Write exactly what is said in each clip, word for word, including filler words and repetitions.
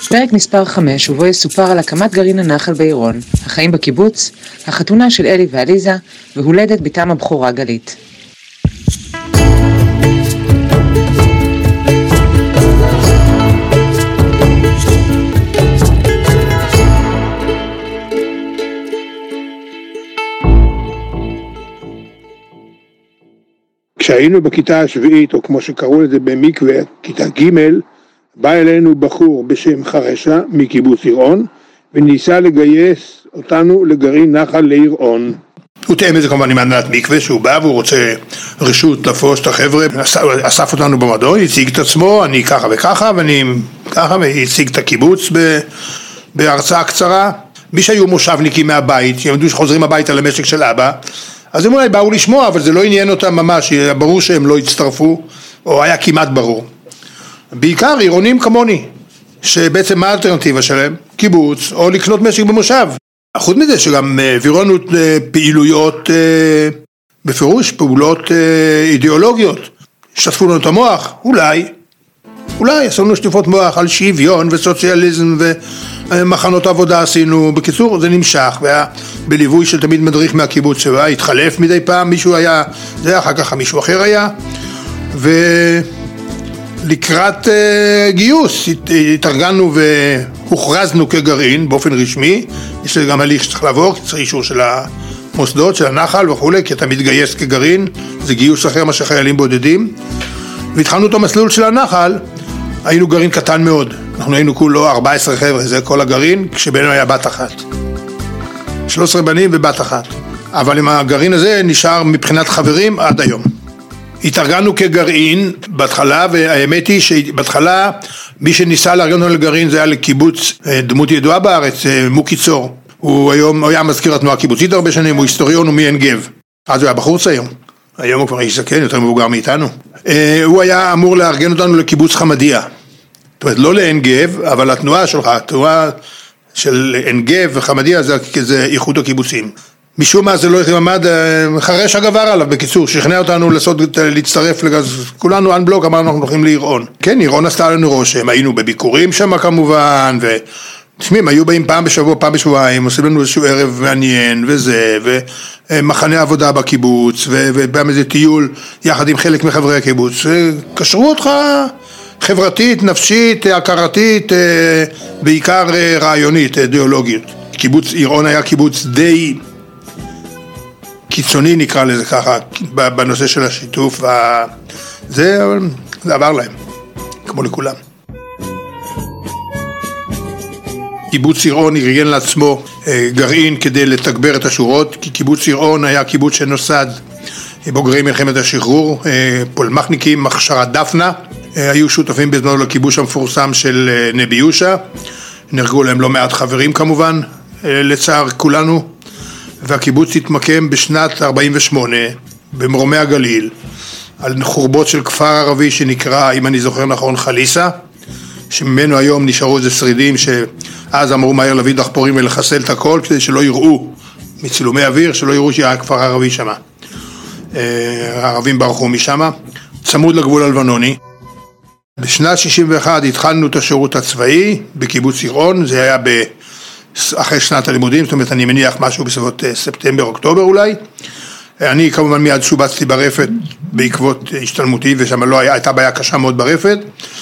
פרק מספר חמש, ובו יסופר על הקמת גרעין הנחל בעירון, החיים בקיבוץ, החתונה של אלי ועליזה, והולדת ביתם הבכורה גלית. כשהיינו בכיתה השביעית, או כמו שקראו לזה במקווה, כיתה ג', בא אלינו בחור בשם חרשה מקיבוץ עירון, וניסה לגייס אותנו לגרעין נחל לעירון. הוא תאם את זה כמובן עם הנהלת מקווה, שהוא בא והוא רוצה רשות לפוש את החבר'ה, אסף אותנו במדור, הציג את עצמו, אני ככה וככה, ואני ככה, והציג את הקיבוץ בהרצאה קצרה. מי שהיו מושבניקים מהבית, ימדו שחוזרים הביתה למשק של אבא, אז הם אולי באו לשמוע, אבל זה לא עניין אותם ממש, ברור שהם לא הצטרפו, או היה כמעט ברור. בעיקר עירונים כמוני, שבעצם מה האלטרנטיבה שלהם? קיבוץ, או לקנות משק במושב. חוץ מזה שגם העבירו פעילויות, בפירוש פעולות אידיאולוגיות, שטפו לנו את המוח, אולי, אולי עשו לנו שטיפות מוח על שוויון וסוציאליזם ומחנות עבודה עשינו. בקיצור, זה נמשך, והיה בליווי של תמיד מדריך מהקיבוץ שהיה, התחלף מדי פעם, מישהו היה, זה אחר כך מישהו אחר היה, ולקראת uh, גיוס התארגנו והוכרזנו כגרעין באופן רשמי. יש גם הליך שצריך לעבור, צריך אישור של המוסדות, של הנחל וכו', כי אתה מתגייס כגרעין, זה גיוס אחר מה שחיילים בודדים, והתחלנו את המסלול של הנחל. היינו גרעין קטן מאוד, אנחנו היינו כולו ארבע עשרה חבר'ה, זה כל הגרעין, כשבינינו היה בת אחת, שלושה עשר בנים ובת אחת, אבל עם הגרעין הזה נשאר מבחינת חברים עד היום. התארגנו כגרעין בהתחלה, והאמת היא שבהתחלה מי שניסה לארגן אותנו לגרעין זה היה לקיבוץ דמות ידועה בארץ, מוקי צור. הוא היום הוא היה מזכיר התנועה הקיבוצית הרבה שנים, הוא היסטוריון, הוא מעין גב, אז הוא היה בחור צעיר, היום הוא כבר איש זקן, יותר מבוגר מאיתנו. הוא היה אמור לארגן אותנו לקיבוץ חמדיה, זאת אומרת לא לעין גב, אבל התנועה שלך, התנועה של עין גב וחמדיה זה, זה איחוד הקיבוצים. משום מה זה לא עמד, חרש הגבר עליו, בקיצור, שכנע אותנו לעשות, להצטרף לגז, כולנו אנבלוק, אמרנו אנחנו הולכים לעירון. כן, עירון עשתה לנו רושם, היינו בביקורים שם כמובן, ותשמעים, היו באים פעם בשבוע, פעם בשבועיים, עושים לנו איזשהו ערב מעניין וזה, ומחנה עבודה בקיבוץ, ובאים איזה טיול יחד עם חלק מחברי הקיבוץ, קשרו אותך חברתית, נפשית, הכרתית, בעיקר רעיונית, אידיאולוגית. קיבוץ עירון היה קיבוץ די קיצוני, נקרא לזה ככה, בנושא של השיתוף, זה, זה עבר להם, כמו לכולם. קיבוץ עירון ארגן לעצמו גרעין כדי לתגבר את השורות, כי קיבוץ עירון היה קיבוץ שנוסד בוגרי מלחמת השחרור, פולמחניקים, הכשרת דפנה, היו שותפים בזמנו לכיבוש המפורסם של נבי יהושע, נהרגו להם לא מעט חברים כמובן, לצער כולנו, והקיבוץ התמקם בשנת ארבעים ושמונה במרומי הגליל, על חורבות של כפר ערבי שנקרא, אם אני זוכר נכון, חליסה, שממנו היום נשארו איזה שרידים שאז אמרו מהר להביא דחפורים ולחסל את הכל, כדי שלא יראו מצילומי אוויר, שלא יראו שהיה כפר ערבי שם. הערבים ברחו משם, צמוד לגבול הלבנוני. בשנת שישים ואחת התחלנו את השירות הצבאי בקיבוץ עירון, זה היה ב... אחרי שנת הלימודים, זאת אומרת אני מניח משהו בסביבות ספטמבר, אוקטובר אולי. אני כמובן מיד שובצתי ברפת בעקבות השתלמותי, ושם לא היה, הייתה בעיה קשה מאוד ברפת.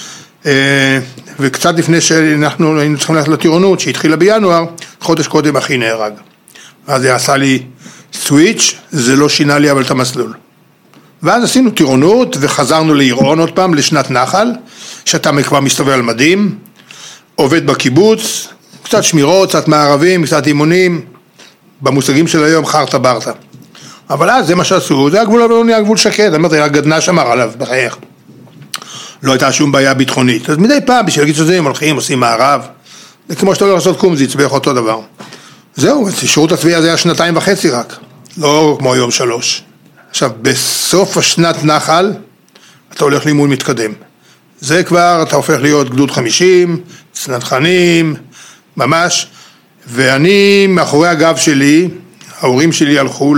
וקצת לפני שאנחנו היינו צריכים ללכת לטירונות, שהתחילה בינואר, חודש קודם אחי נהרג. אז זה עשה לי סוויץ', זה לא שינה לי אבל את המסלול. ואז עשינו טירונות וחזרנו לעירון עוד פעם, לשנת נחל, שאתה כבר מסתובב על מדים, עובד בקיבוץ, קצת שמירות, קצת מערבים, קצת אימונים, במושגים של היום חרטה ברטה. אבל אז זה מה שעשו, זה הגבול הלבנוני, הגבול שקט, אמרתי, הגדנ"ע שמר עליו בחייך. לא הייתה שום בעיה ביטחונית. אז מדי פעם, בשביל להגיד שזה, הם הולכים, עושים מערב, זה כמו שאתה לא לעשות קומזיץ, בערך אותו דבר. זהו, שירות הצבאי הזה היה שנתיים וחצי רק, לא כמו היום שלוש. עכשיו, בסוף השנת נחל, אתה הולך לאימון מתקדם. זה כבר, אתה הופך להיות גדוד חמישים, צנחנים, ממש, ואני מאחורי הגב שלי, ההורים שלי הלכו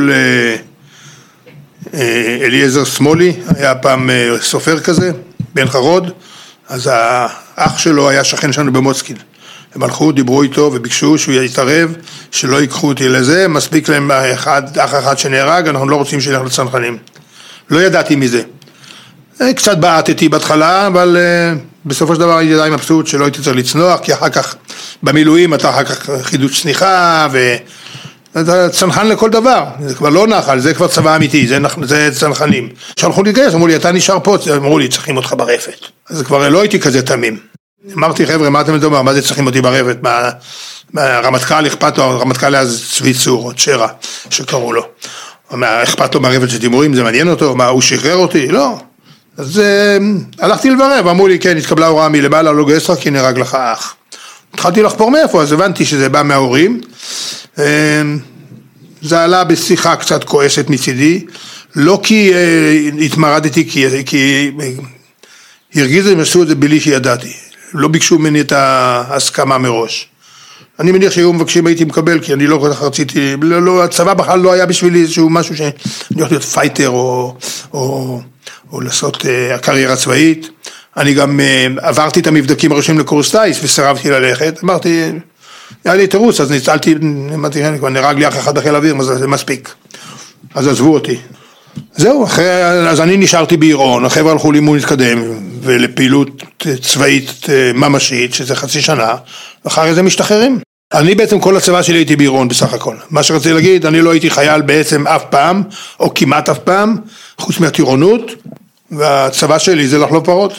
לאליעזר שמאלי, היה פעם סופר כזה, בן חרוד, אז האח שלו היה שכן שלנו במוצקין. הם הלכו, דיברו איתו וביקשו שהוא יתערב, שלא ייקחו אותי לזה, מספיק להם אחד, אח אחד שנהרג, אנחנו לא רוצים שילך לצנחנים. לא ידעתי מזה. קצת בעטתי בהתחלה, אבל בסופו של דבר הייתי די מבסוט שלא הייתי צריך לצנוח, כי אחר כך במילואים אתה אחר כך חידוש צניחה, ואתה צנחן לכל דבר, זה כבר לא נחל, זה כבר צבא אמיתי, זה, זה צנחנים. שהלכו להתגייס, אמרו לי, אתה נשאר פה, אמרו לי, צריכים אותך ברפת. אז כבר לא הייתי כזה תמים. אמרתי, חבר'ה, מה אתם מדברים? מה זה צריכים אותי ברפת? הרמטכ"ל אכפת לו, הרמטכ"ל היה צבי צור, או צ'רה, שקראו לו. אכפת לו מהרפת של תימורים, זה מעניין אותו? מה, הוא שחרר אותי? לא. אז uh, הלכתי לברר, ואמרו לי, כן, התקבלה הוראה מלמעלה, לא גייס לך, כי נהרג לך אח. התחלתי לחפור מאיפה, אז הבנתי שזה בא מההורים. Uh, זה עלה בשיחה קצת כועסת מצידי, לא כי uh, התמרדתי, כי, כי uh, הרגיז הם עשו את זה בלי שידעתי. לא ביקשו ממני את ההסכמה מראש. אני מניח שהיו מבקשים הייתי מקבל, כי אני לא כל כך רציתי, לא, לא, הצבא בכלל לא היה בשבילי איזשהו משהו שאני הולך להיות פייטר או... או או לעשות uh, הקריירה צבאית. אני גם uh, עברתי את המבדקים הראשונים לקורס טייס וסירבתי ללכת. אמרתי, היה לי תירוץ, אז ניצלתי, אמרתי, כבר נהרג לי אח אחד בחיל האוויר, אז זה מספיק. אז עזבו אותי. זהו, אחרי, אז אני נשארתי בעירון, החבר'ה הלכו לאימון להתקדם, ולפעילות צבאית uh, ממשית, שזה חצי שנה, ואחרי זה משתחררים. אני בעצם כל הצבא שלי הייתי בעירון בסך הכל. מה שרציתי להגיד, אני לא הייתי חייל בעצם אף פעם, או כמעט אף פעם, חוץ מהטירונות, והצבא שלי זה לחלוב פרות.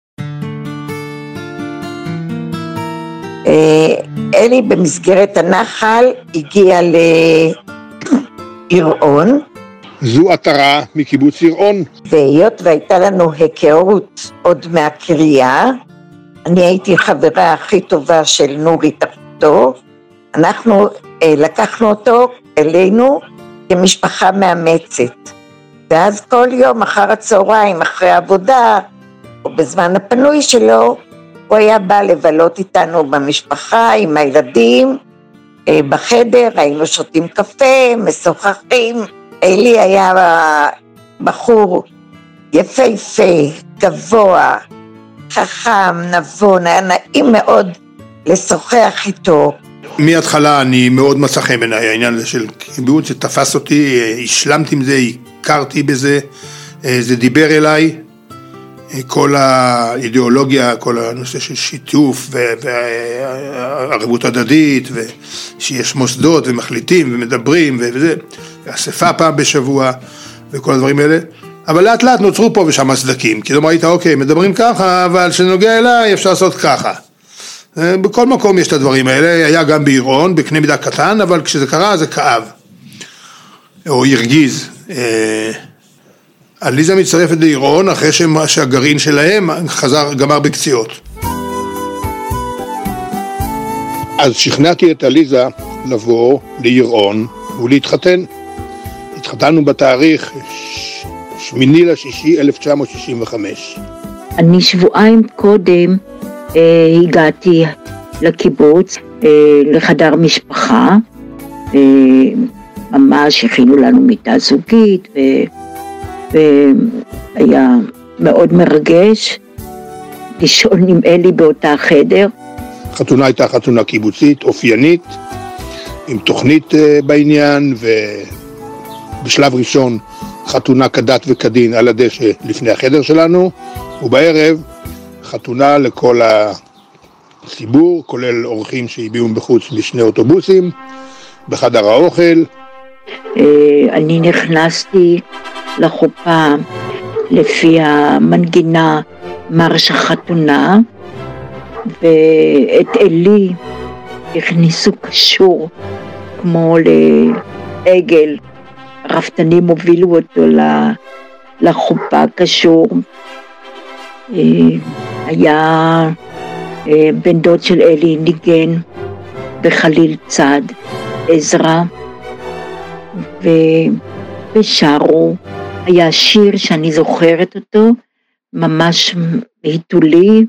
אלי במסגרת הנחל הגיע לעירון. זו עטרה מקיבוץ עירון. והיות והייתה לנו היכרות עוד מהקריאה, אני הייתי חברה הכי טובה של נורית אחותו, אנחנו לקחנו אותו אלינו כמשפחה מאמצת. ואז כל יום אחר הצהריים, אחרי העבודה, או בזמן הפנוי שלו, הוא היה בא לבלות איתנו במשפחה, עם הילדים, בחדר, היינו שותים קפה, משוחחים. אלי היה בחור יפהפה, גבוה, חכם, נבון, היה נעים מאוד לשוחח איתו. מההתחלה אני מאוד מצא חן בעיניי, העניין הזה של קיבוץ, זה תפס אותי, השלמתי עם זה, הכרתי בזה, זה דיבר אליי, כל האידיאולוגיה, כל הנושא של שיתוף וערבות הדדית, ושיש מוסדות ומחליטים ומדברים וזה, אספה פעם בשבוע וכל הדברים האלה, אבל לאט לאט נוצרו פה ושם הסדקים, כי לא ראית, אוקיי, מדברים ככה, אבל שנוגע אליי אפשר לעשות ככה. בכל מקום יש את הדברים האלה, היה גם בעירון, בקנה מידה קטן, אבל כשזה קרה זה כאב, או הרגיז. עליזה מצטרפת לעירון אחרי שהגרעין שלהם חזר, גמר בקציעות. אז שכנעתי את עליזה לבוא לעירון ולהתחתן. התחתנו בתאריך שמיני לשישי אלף תשע מאות שישים וחמש. אני שבועיים קודם אה, הגעתי לקיבוץ, אה, לחדר משפחה, אה, ממש הכינו לנו מיטה זוגית, ו... והיה מאוד מרגש לישון עם אלי באותה חדר. חתונה הייתה חתונה קיבוצית, אופיינית, עם תוכנית בעניין, ובשלב ראשון חתונה כדת וכדין על הדשא לפני החדר שלנו, ובערב חתונה לכל הציבור, כולל אורחים שהביאו בחוץ בשני אוטובוסים, בחדר האוכל. אני נכנסתי לחופה לפי המנגינה מרש החתונה, ואת אלי הכניסו קשור כמו לעגל, הרפתנים הובילו אותו לחופה קשור. היה בן דוד של אלי ניגן בחליל צד, עזרא, ושרו. היה שיר שאני זוכרת אותו, ממש היתולי.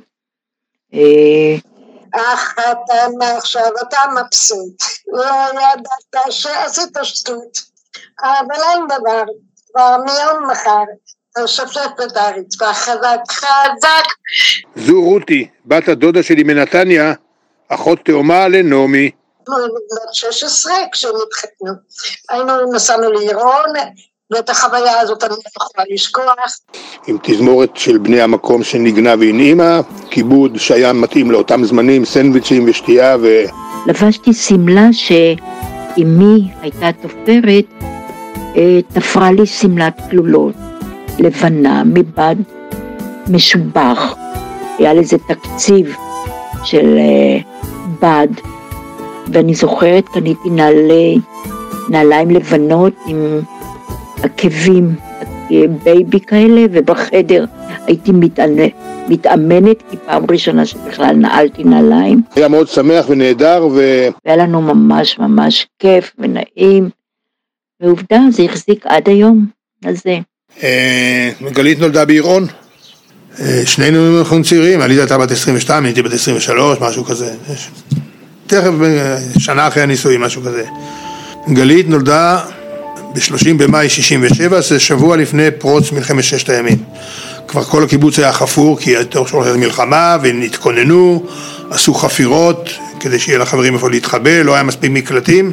אך אתה עכשיו, אתה מבסוט, לא ידעת שעשית שטות, אבל אין דבר, כבר מיום מחר, אתה שופט את הרצפה חזק חזק. זו רותי, בת הדודה שלי מנתניה, אחות תאומה לנעמי. בת שש עשרה כשהם התחתנו. היינו, נסענו לעירון, ואת החוויה הזאת אני לא יכולה לשכוח. עם תזמורת של בני המקום שנגנה והנעימה, כיבוד שהיה מתאים לאותם זמנים, סנדוויצ'ים ושתייה ו... לבשתי סמלה שאימי הייתה תופרת, תפרה לי סמלת כלולות, לבנה, מבד משובח. היה לזה תקציב של בד, ואני זוכרת, קניתי נעלי, נעליים לבנות עם עקבים, בייבי כאלה, ובחדר הייתי מתענה, מתאמנת, כי פעם ראשונה שבכלל נעלתי נעליים. היה מאוד שמח ונהדר ו... והיה לנו ממש ממש כיף ונעים, ועובדה, זה החזיק עד היום הזה. גלית נולדה בעירון, שנינו אנחנו צעירים, עליזה הייתה בת עשרים ושתיים, הייתי בת עשרים ושלוש, משהו כזה. תכף, שנה אחרי הנישואים, משהו כזה. גלית נולדה ב-שלושים במאי שישים ושבע, זה שבוע לפני פרוץ מלחמת ששת הימים. כבר כל הקיבוץ היה חפור, כי הייתה הולכת מלחמה, והתכוננו, עשו חפירות, כדי שיהיה לחברים איפה להתחבא, לא היה מספיק מקלטים.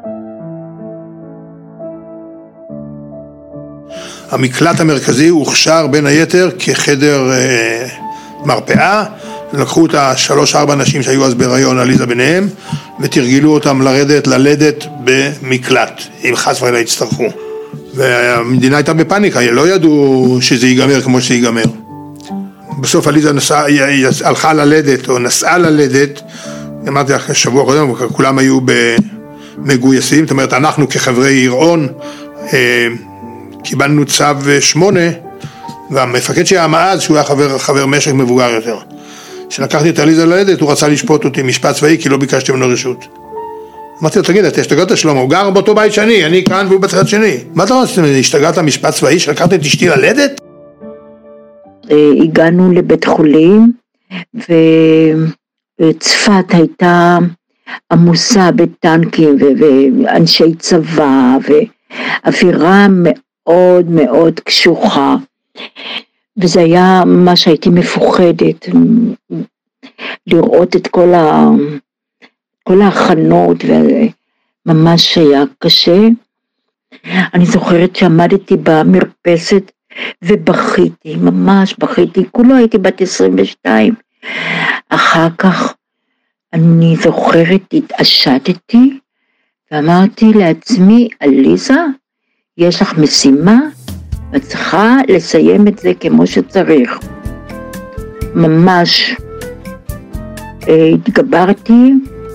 המקלט המרכזי הוכשר בין היתר כחדר אה, מרפאה, לקחו את השלוש ארבע נשים שהיו אז בהיריון, עליזה ביניהם, ותרגלו אותם לרדת, ללדת במקלט, אם חס וחלילה יצטרכו. והמדינה הייתה בפאניקה, לא ידעו שזה ייגמר כמו שזה ייגמר. בסוף עליזה נסע, הלכה ללדת, או נסעה ללדת, אמרתי לך שבוע קודם, כולם היו במגויסים, זאת אומרת, אנחנו כחברי עירון, אה, קיבלנו צו שמונה, והמפקד שהיה מאז, שהוא היה חבר, חבר משק מבוגר יותר. כשלקחתי את עליזה ללדת, הוא רצה לשפוט אותי משפט צבאי, כי לא ביקשתי ממנו רשות. אמרתי לו, תגיד, אתה השתגעת שלמה, הוא גר באותו בית שני, אני כאן והוא בצד שני. מה אתה רוצה, השתגעת משפט צבאי, שלקחתי את אשתי ללדת? הגענו לבית חולים, וצפת הייתה עמוסה בטנקים ואנשי צבא, ואווירה מאוד מאוד קשוחה, וזה היה מה שהייתי מפוחדת, לראות את כל, ה... כל ההכנות, וממש היה קשה. אני זוכרת שעמדתי במרפסת ובכיתי, ממש בכיתי, כולו הייתי בת עשרים ושתיים. אחר כך אני זוכרת, התעשתתי, ואמרתי לעצמי, עליזה, יש לך משימה, ואת צריכה לסיים את זה כמו שצריך. ממש התגברתי,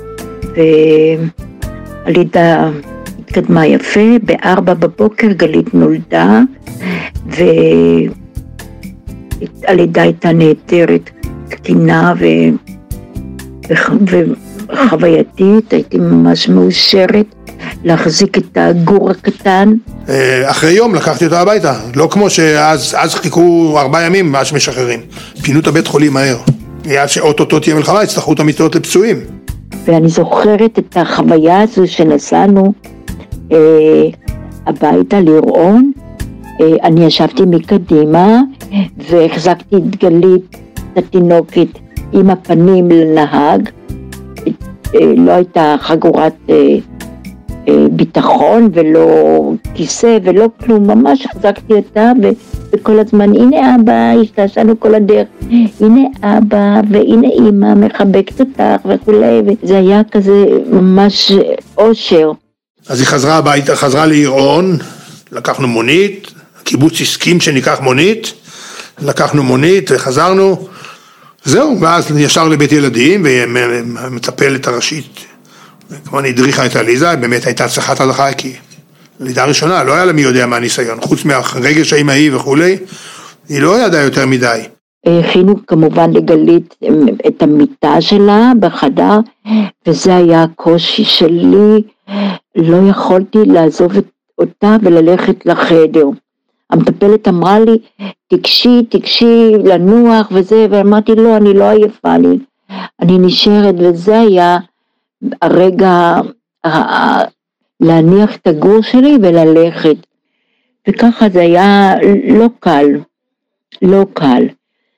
והלידה התקדמה יפה. בארבע בבוקר גלית נולדה, והלידה הייתה נהדרת, קטינה ו... וחווייתית, הייתי ממש מאושרת להחזיק את הגור הקטן. אחרי יום לקחתי אותה הביתה, לא כמו שאז אז חיכו ארבעה ימים מאז משחררים. פינו את הבית חולים מהר. עד שאוטוטו תהיה מלחמה, הצטרכו את המיטות לפצועים. ואני זוכרת את החוויה הזו שנסענו אה, הביתה לעירון. אה, אני ישבתי מקדימה והחזקתי את גלית, את התינוקת, עם הפנים לנהג. אה, לא הייתה חגורת אה, אה, ביטחון ולא כיסא ולא כלום, ממש חזקתי אותה ו... וכל הזמן, הנה אבא, השתעשנו כל הדרך, הנה אבא, והנה אמא, מחבקת אותך וכולי, וזה היה כזה ממש אושר. אז היא חזרה הביתה, חזרה לעירון, לקחנו מונית, קיבוץ הסכים שניקח מונית, לקחנו מונית וחזרנו, זהו, ואז ישר לבית ילדים, והמטפלת הראשית, כמובן הדריכה את עליזה, באמת הייתה הצלחת הלכה, כי לידה ראשונה, לא היה לה מי יודע מה הניסיון, חוץ מהרגש האמאי וכולי, היא לא ידעה יותר מדי. הכינו כמובן לגלית את המיטה שלה בחדר, וזה היה הקושי שלי, לא יכולתי לעזוב אותה וללכת לחדר. המטפלת אמרה לי, תקשי, תקשי, לנוח וזה, ואמרתי לא, אני לא עייפה לי, אני נשארת, וזה היה הרגע, להניח את הגור שלי וללכת, וככה זה היה לא קל, לא קל.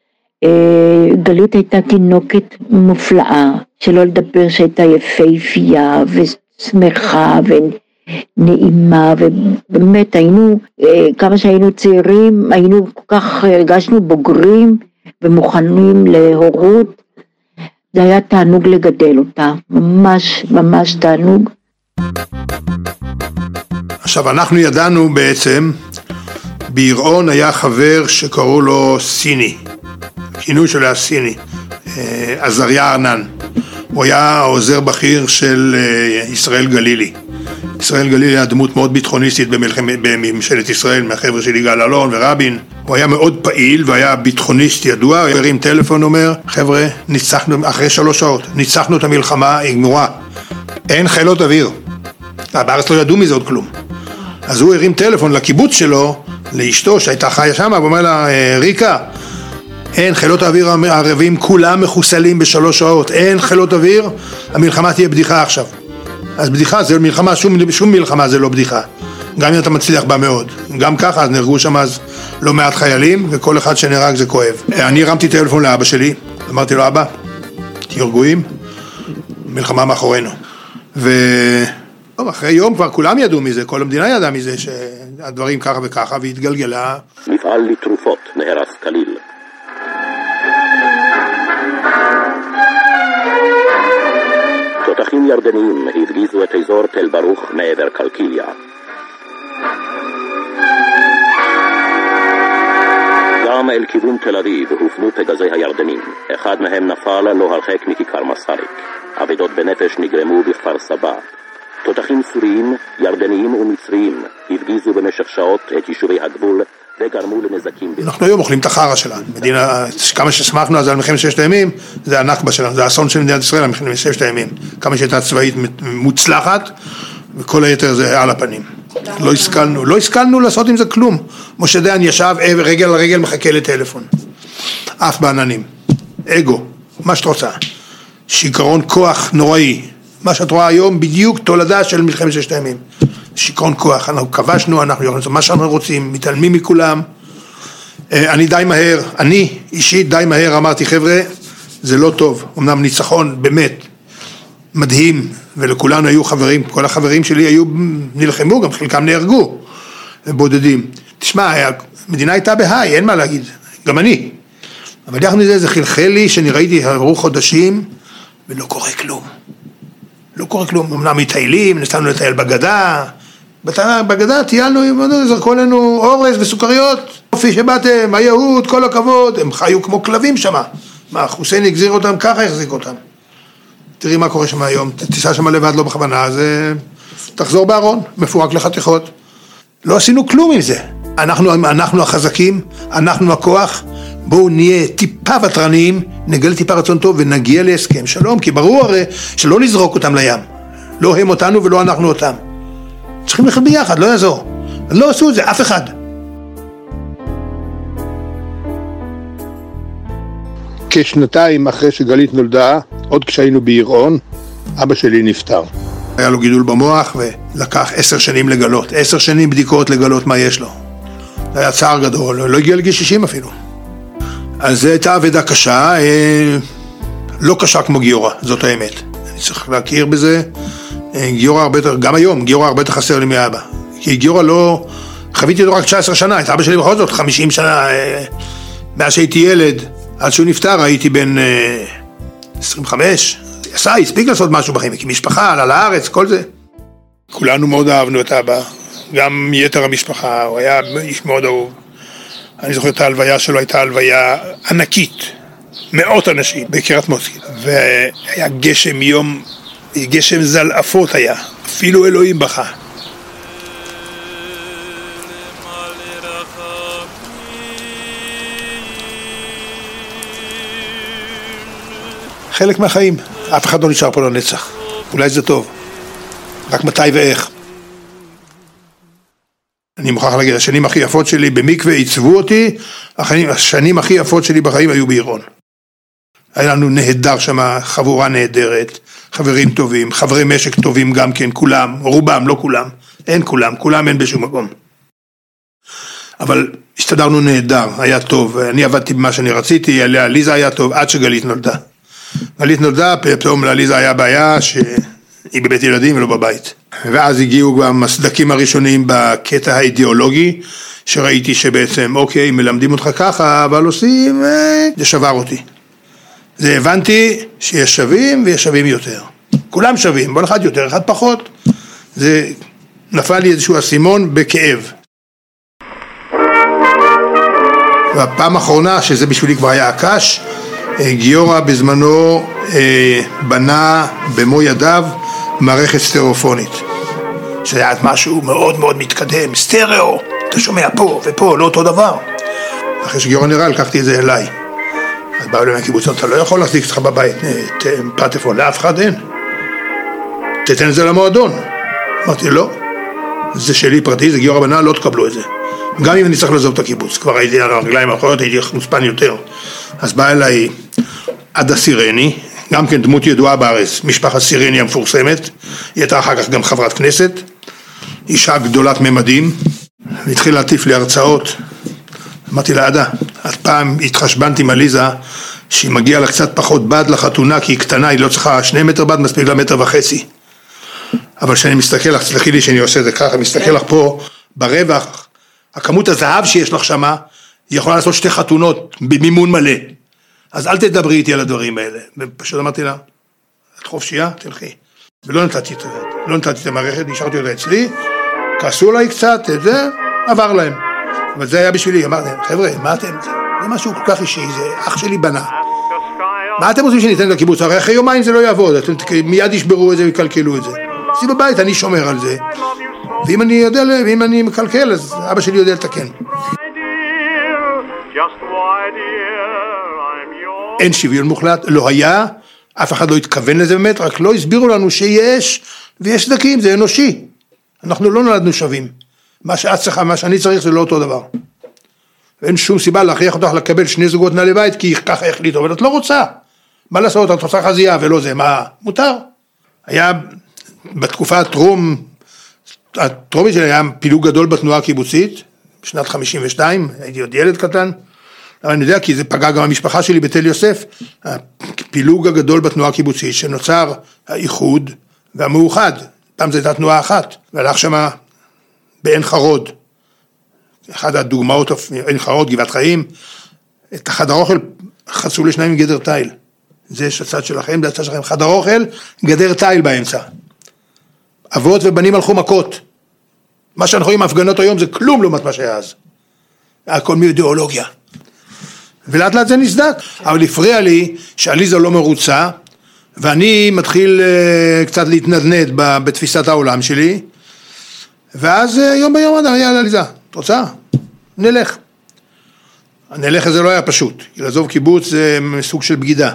גלית הייתה תינוקת מופלאה, שלא לדבר שהייתה יפהפייה ושמחה ונעימה, ובאמת היינו, כמה שהיינו צעירים, היינו כל כך, הרגשנו בוגרים ומוכנים להורות. זה היה תענוג לגדל אותה, ממש ממש תענוג. עכשיו אנחנו ידענו בעצם, ביראון היה חבר שקראו לו סיני, כינוי שלו היה סיני, עזריה ארנן. הוא היה עוזר בכיר של ישראל גלילי. ישראל גלילי היה דמות מאוד ביטחוניסטית בממשלת ישראל, מהחבר'ה של יגאל אלון ורבין. הוא היה מאוד פעיל והיה ביטחוניסט ידוע. הוא הרים טלפון, אומר, חבר'ה, ניצחנו, אחרי שלוש שעות, ניצחנו את המלחמה, היא גמורה. אין חילות אוויר. בארץ לא ידעו מזה עוד כלום. אז הוא הרים טלפון לקיבוץ שלו, לאשתו שהייתה חיה שם, הוא אומר לה, ריקה, אין חילות האוויר הערבים, כולם מחוסלים בשלוש שעות, אין חילות אוויר, המלחמה תהיה בדיחה עכשיו. אז בדיחה זה מלחמה, שום, שום מלחמה זה לא בדיחה. גם אם אתה מצליח בה מאוד. גם ככה, אז נהרגו שם אז לא מעט חיילים, וכל אחד שנהרג זה כואב. אני הרמתי טלפון לאבא שלי, אמרתי לו, אבא, תהיו רגועים, מלחמה מאחורינו. ו... טוב, אחרי יום כבר כולם ידעו מזה, כל המדינה ידעה מזה שהדברים ככה וככה, והתגלגלה. מפעל לתרופות נהרס כליל. תותחים ירדניים הדגיזו את אזור תל ברוך מעבר קלקיליה. גם אל כיוון תל אביב הופנו פגזי הירדנים. אחד מהם נפל לא הרחק מכיכר מסריק. אבדות בנפש נגרמו בכפר סבא. תותחים סוריים, ירדניים ומצריים הפגיזו במשך שעות את יישובי הגבול וגרמו לנזקים. אנחנו היום אוכלים את החרא שלנו. מדינה, כמה ששמחנו אז על מלחמת ששת הימים, זה הנכבה שלנו, זה האסון של מדינת ישראל, מלחמת ששת הימים. כמה שהייתה צבאית מוצלחת, וכל היתר זה על הפנים. לא השכלנו, לא השכלנו לעשות עם זה כלום. משה דיין ישב רגל על רגל מחכה לטלפון. אף בעננים. אגו, מה שאת רוצה. שיכרון כוח נוראי. מה שאת רואה היום בדיוק תולדה של מלחמת ששת הימים. שיכרון כוח, אנחנו כבשנו, אנחנו יכולים לעשות מה שאנחנו רוצים, מתעלמים מכולם. אני די מהר, אני אישית די מהר אמרתי, חבר'ה, זה לא טוב. אמנם ניצחון באמת מדהים, ולכולנו היו חברים, כל החברים שלי היו נלחמו, גם חלקם נהרגו, בודדים. תשמע, המדינה הייתה בהיי, אין מה להגיד, גם אני. אבל יחד מזה, זה חלחל לי שאני ראיתי עברו חודשים, ולא קורה כלום. לא קורה כלום, אמנם מטיילים, נסענו לטייל בגדה, בגדה טיילנו, זרקו לנו אורז וסוכריות, אופי שבאתם, היהוד, כל הכבוד, הם חיו כמו כלבים שם. מה, חוסיין הגזיר אותם, ככה החזיק אותם. תראי מה קורה שם היום, תיסע שם לבד, לא בכוונה, אז תחזור בארון, מפורק לחתיכות. לא עשינו כלום עם זה. אנחנו, אנחנו החזקים, אנחנו הכוח, בואו נהיה טיפה וטרניים, נגלה טיפה רצון טוב ונגיע להסכם שלום, כי ברור הרי שלא נזרוק אותם לים. לא הם אותנו ולא אנחנו אותם. צריכים לחיות ביחד, לא יעזור. לא עשו את זה, אף אחד. כשנתיים אחרי שגלית נולדה, עוד כשהיינו ביראון, אבא שלי נפטר. היה לו גידול במוח ולקח עשר שנים לגלות, עשר שנים בדיקות לגלות מה יש לו. זה היה צער גדול, לא הגיע לגיל שישים אפילו. אז זו הייתה עבודה קשה, לא קשה כמו גיורא, זאת האמת. אני צריך להכיר בזה. גיורא הרבה יותר, גם היום, גיורא הרבה יותר חסר לי מאבא. כי גיורא לא, חוויתי אותו רק תשע עשרה שנה, את אבא שלי בכל זאת חמישים שנה, מאז שהייתי ילד, עד שהוא נפטר הייתי בן עשרים וחמש, עשה, הספיק לעשות משהו בחיים, כי משפחה, עלה לארץ, כל זה. כולנו מאוד אהבנו את אבא, גם יתר המשפחה, הוא היה איש מאוד אהוב. אני זוכר את ההלוויה שלו, הייתה הלוויה ענקית, מאות אנשים בקריית מוצקין, והיה גשם יום, גשם זלעפות היה, אפילו אלוהים בכה. חלק מהחיים, אף אחד לא נשאר פה לנצח, אולי זה טוב, רק מתי ואיך. אני מוכרח להגיד, השנים הכי יפות שלי במקווה עיצבו אותי, השנים הכי יפות שלי בחיים היו ביראון. היה לנו נהדר שם, חבורה נהדרת, חברים טובים, חברי משק טובים גם כן, כולם, רובם, לא כולם, אין כולם, כולם אין בשום מקום. אבל הסתדרנו נהדר, היה טוב, אני עבדתי במה שאני רציתי, לעליזה היה טוב, עד שגלית נולדה. גלית נולדה, פתאום לעליזה היה בעיה שהיא בבית ילדים ולא בבית. ואז הגיעו גם הסדקים הראשונים בקטע האידיאולוגי, שראיתי שבעצם, אוקיי, מלמדים אותך ככה, אבל עושים, זה שבר אותי. זה הבנתי שיש שווים ויש שווים יותר. כולם שווים, אבל אחד יותר, אחד פחות. זה נפל לי איזשהו אסימון בכאב. והפעם האחרונה, שזה בשבילי כבר היה הקש, גיורא בזמנו בנה במו ידיו מערכת סטריאופונית. שזה היה משהו מאוד מאוד מתקדם, סטריאו, אתה שומע פה ופה, לא אותו דבר. אחרי שגיורא נראה, לקחתי את זה אליי. אז באו לי מהקיבוץ, אתה לא יכול להחזיק אותך בבית, פטפון, לאף אחד אין. תתן את זה למועדון. אמרתי, לא, זה שלי פרטי, זה גיורא בנה, לא תקבלו את זה. גם אם אני צריך לעזוב את הקיבוץ, כבר הייתי על הרגליים האחרונות, הייתי מוספן יותר. אז בא אליי עדה סירני, גם כן דמות ידועה בארץ, משפחת סירני המפורסמת, היא הייתה אחר כך גם חברת כנסת, אישה גדולת ממדים, והתחילה להטיף לי הרצאות. אמרתי לה, עדה, את פעם התחשבנתי עם עליזה, שהיא מגיעה לה קצת פחות בד לחתונה, כי היא קטנה, היא לא צריכה שני מטר בד, מספיק לה מטר וחצי. אבל כשאני מסתכל לך, תסלחי לי שאני עושה את זה ככה, מסתכל לך פה ברווח, הכמות הזהב שיש לך שמה, היא יכולה לעשות שתי חתונות במימון מלא. אז אל תדברי איתי על הדברים האלה. ופשוט אמרתי לה, את חופשייה, תלכי. ולא נתתי את זה, לא נתתי את המערכת, נשארתי אותה אצלי, כעסו עליי קצת, את זה, עבר להם. אבל זה היה בשבילי, אמרתי, חבר'ה, מה אתם, זה משהו כל כך אישי, זה אח שלי בנה. מה אתם רוצים שניתן לקיבוץ? הרי אחרי יומיים זה לא יעבוד, אתם מיד ישברו את זה ויקלקלו את זה. אצלי בבית, אני שומר על זה. ואם אני יודע, ואם אני מקלקל, אז אבא שלי יודע לתקן. אין שוויון מוחלט, לא היה, אף אחד לא התכוון לזה באמת, רק לא הסבירו לנו שיש, ויש סדקים, זה אנושי. אנחנו לא נולדנו שווים. מה שאת צריכה, מה שאני צריך זה לא אותו דבר. ואין שום סיבה להכריח אותך לקבל שני זוגות נעלי בית, כי ככה החליטו, אבל את לא רוצה. מה לעשות, את רוצה חזייה ולא זה, מה? מותר. היה בתקופה הטרום, הטרומית שלי היה פילוג גדול בתנועה הקיבוצית, בשנת חמישים ושתיים, הייתי עוד ילד קטן, אבל אני יודע כי זה פגע גם המשפחה שלי בתל יוסף, הפילוג הגדול בתנועה הקיבוצית שנוצר האיחוד והמאוחד, פעם זו הייתה תנועה אחת, והלך שמה בעין חרוד, אחד הדוגמאות, עין חרוד, גבעת חיים, את החדר אוכל חצו לשניים עם גדר תיל, זה הצד שלכם, זה הצד שלכם, חדר אוכל, גדר תיל באמצע, אבות ובנים הלכו מכות, מה שאנחנו רואים בהפגנות היום זה כלום לעומת מה שהיה אז, היה כל מיני אידיאולוגיה, ולאט לאט זה נסדק, אבל הפריע לי שעליזה לא מרוצה, ואני מתחיל uh, קצת להתנדנד בתפיסת העולם שלי, ואז uh, יום ביום אדם היה לעליזה, את רוצה? נלך. הנלך הזה לא היה פשוט, לעזוב קיבוץ זה סוג של בגידה,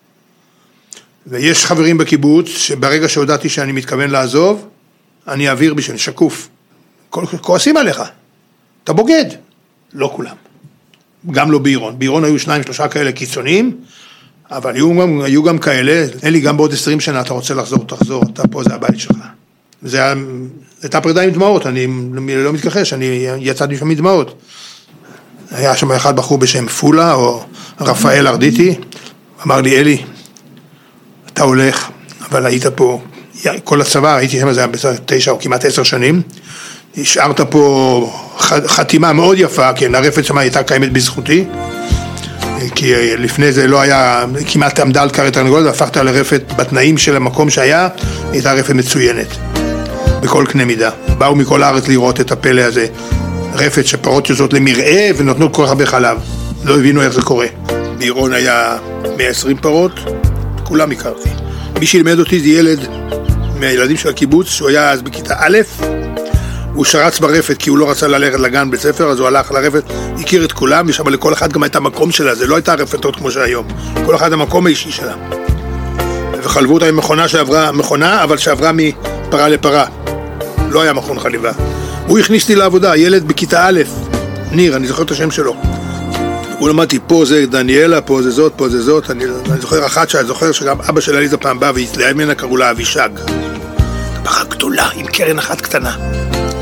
ויש חברים בקיבוץ שברגע שהודעתי שאני מתכוון לעזוב, אני אעביר בשביל שקוף, כועסים עליך, אתה בוגד, לא כולם. גם לא בעירון, בעירון היו שניים שלושה כאלה קיצוניים, אבל היו גם, היו גם כאלה, אלי גם בעוד עשרים שנה אתה רוצה לחזור, תחזור, אתה פה זה הבית שלך. וזה היה, הייתה פרידה עם דמעות, אני לא מתכחש, אני יצאתי שם מדמעות. היה שם אחד בחור בשם פולה, או רפאל ארדיטי, אמר לי, אלי, אתה הולך, אבל היית פה, כל הצבא, הייתי שם, זה היה בסדר תשע או כמעט עשר שנים, השארת פה חתימה מאוד יפה, כן, הרפת שמה הייתה קיימת בזכותי, כי לפני זה לא היה, כמעט עמדה על קרת תרנגולת, והפכת לרפת בתנאים של המקום שהיה, הייתה רפת מצוינת, בכל קנה מידה. באו מכל הארץ לראות את הפלא הזה, רפת שפרות יוצאות למרעה ונותנות כל כך הרבה חלב, לא הבינו איך זה קורה. בעירון היה מאה ועשרים פרות, כולם הכרתי. מי שילמד אותי זה ילד מהילדים של הקיבוץ, שהוא היה אז בכיתה א', הוא שרץ ברפת כי הוא לא רצה ללכת לגן בית ספר, אז הוא הלך לרפת, הכיר את כולם, ושם לכל אחד גם הייתה מקום שלה, זה לא הייתה רפתות כמו שהיום, כל אחד המקום האישי שלה. וחלבו אותה עם מכונה שעברה, מכונה, אבל שעברה מפרה לפרה, לא היה מכון חליבה. הוא הכניס לי לעבודה, ילד בכיתה א', ניר, אני זוכר את השם שלו. הוא למדתי, פה זה דניאלה, פה זה זאת, פה זה זאת, אני, אני זוכר אחת שאני זוכר שגם אבא של עליזה פעם בא והתלהב ממנה, קראו לה אבישג. פרה גדולה עם קרן אחת קטנה.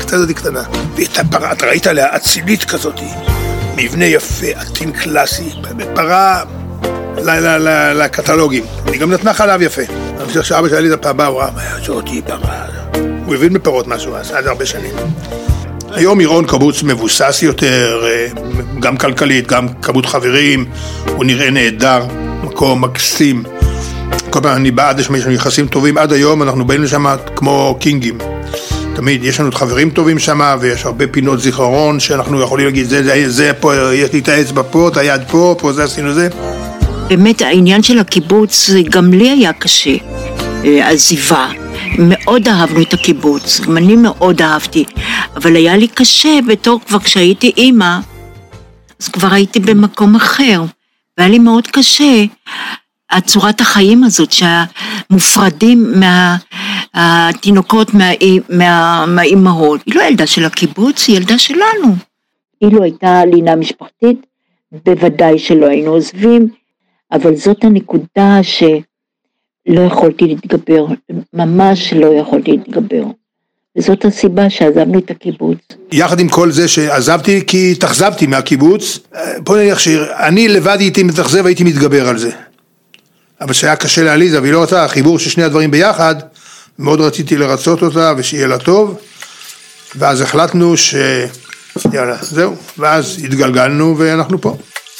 כזאת קטנה. והייתה פרה, אתה ראית עליה אצילית כזאת, מבנה יפה, עטין קלאסי, פרה לקטלוגים. היא גם נתנה חלב יפה. אני חושב שאבא שלי זה פעם בא, הוא ראה, זאתי פרה. הוא הבין בפרות משהו, אז עד הרבה שנים. היום עירון קיבוץ מבוסס יותר, גם כלכלית, גם כמות חברים, הוא נראה נהדר, מקום מקסים. כל פעם אני בא עד יש לנו יחסים טובים, עד היום אנחנו באים לשם כמו קינגים. תמיד יש לנו חברים טובים שם, ויש הרבה פינות זיכרון שאנחנו יכולים להגיד, זה, זה, זה פה, יש לי את האצבע פה, את היד פה, פה זה עשינו זה. באמת העניין של הקיבוץ, גם לי היה קשה, עזיבה. מאוד אהבנו את הקיבוץ, גם אני מאוד אהבתי, אבל היה לי קשה בתור כבר כשהייתי אימא, אז כבר הייתי במקום אחר, והיה לי מאוד קשה, הצורת החיים הזאת, שהמופרדים מהתינוקות, מהאימהות. היא לא ילדה של הקיבוץ, היא ילדה שלנו. אילו הייתה לינה משפחתית, בוודאי שלא היינו עוזבים, אבל זאת הנקודה שלא יכולתי להתגבר, ממש לא יכולתי להתגבר. וזאת הסיבה שעזבנו את הקיבוץ. יחד עם כל זה שעזבתי כי תחזבתי מהקיבוץ, בוא נניח שאני לבד הייתי מתחזב, הייתי מתגבר על זה. אבל שהיה קשה לעליזה, והיא לא רצה, החיבור של שני הדברים ביחד, מאוד רציתי לרצות אותה ושיהיה לה טוב, ואז החלטנו ש... יאללה, זהו, ואז התגלגלנו ואנחנו פה.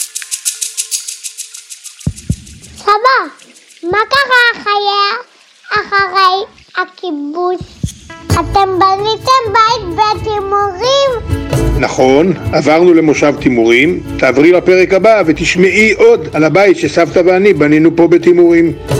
סבא, מה קרה אחרי, אחרי הקיבוץ? אתם בניתם בית בתימורים? נכון, עברנו למושב תימורים, תעברי לפרק הבא ותשמעי עוד על הבית שסבתא ואני בנינו פה בתימורים.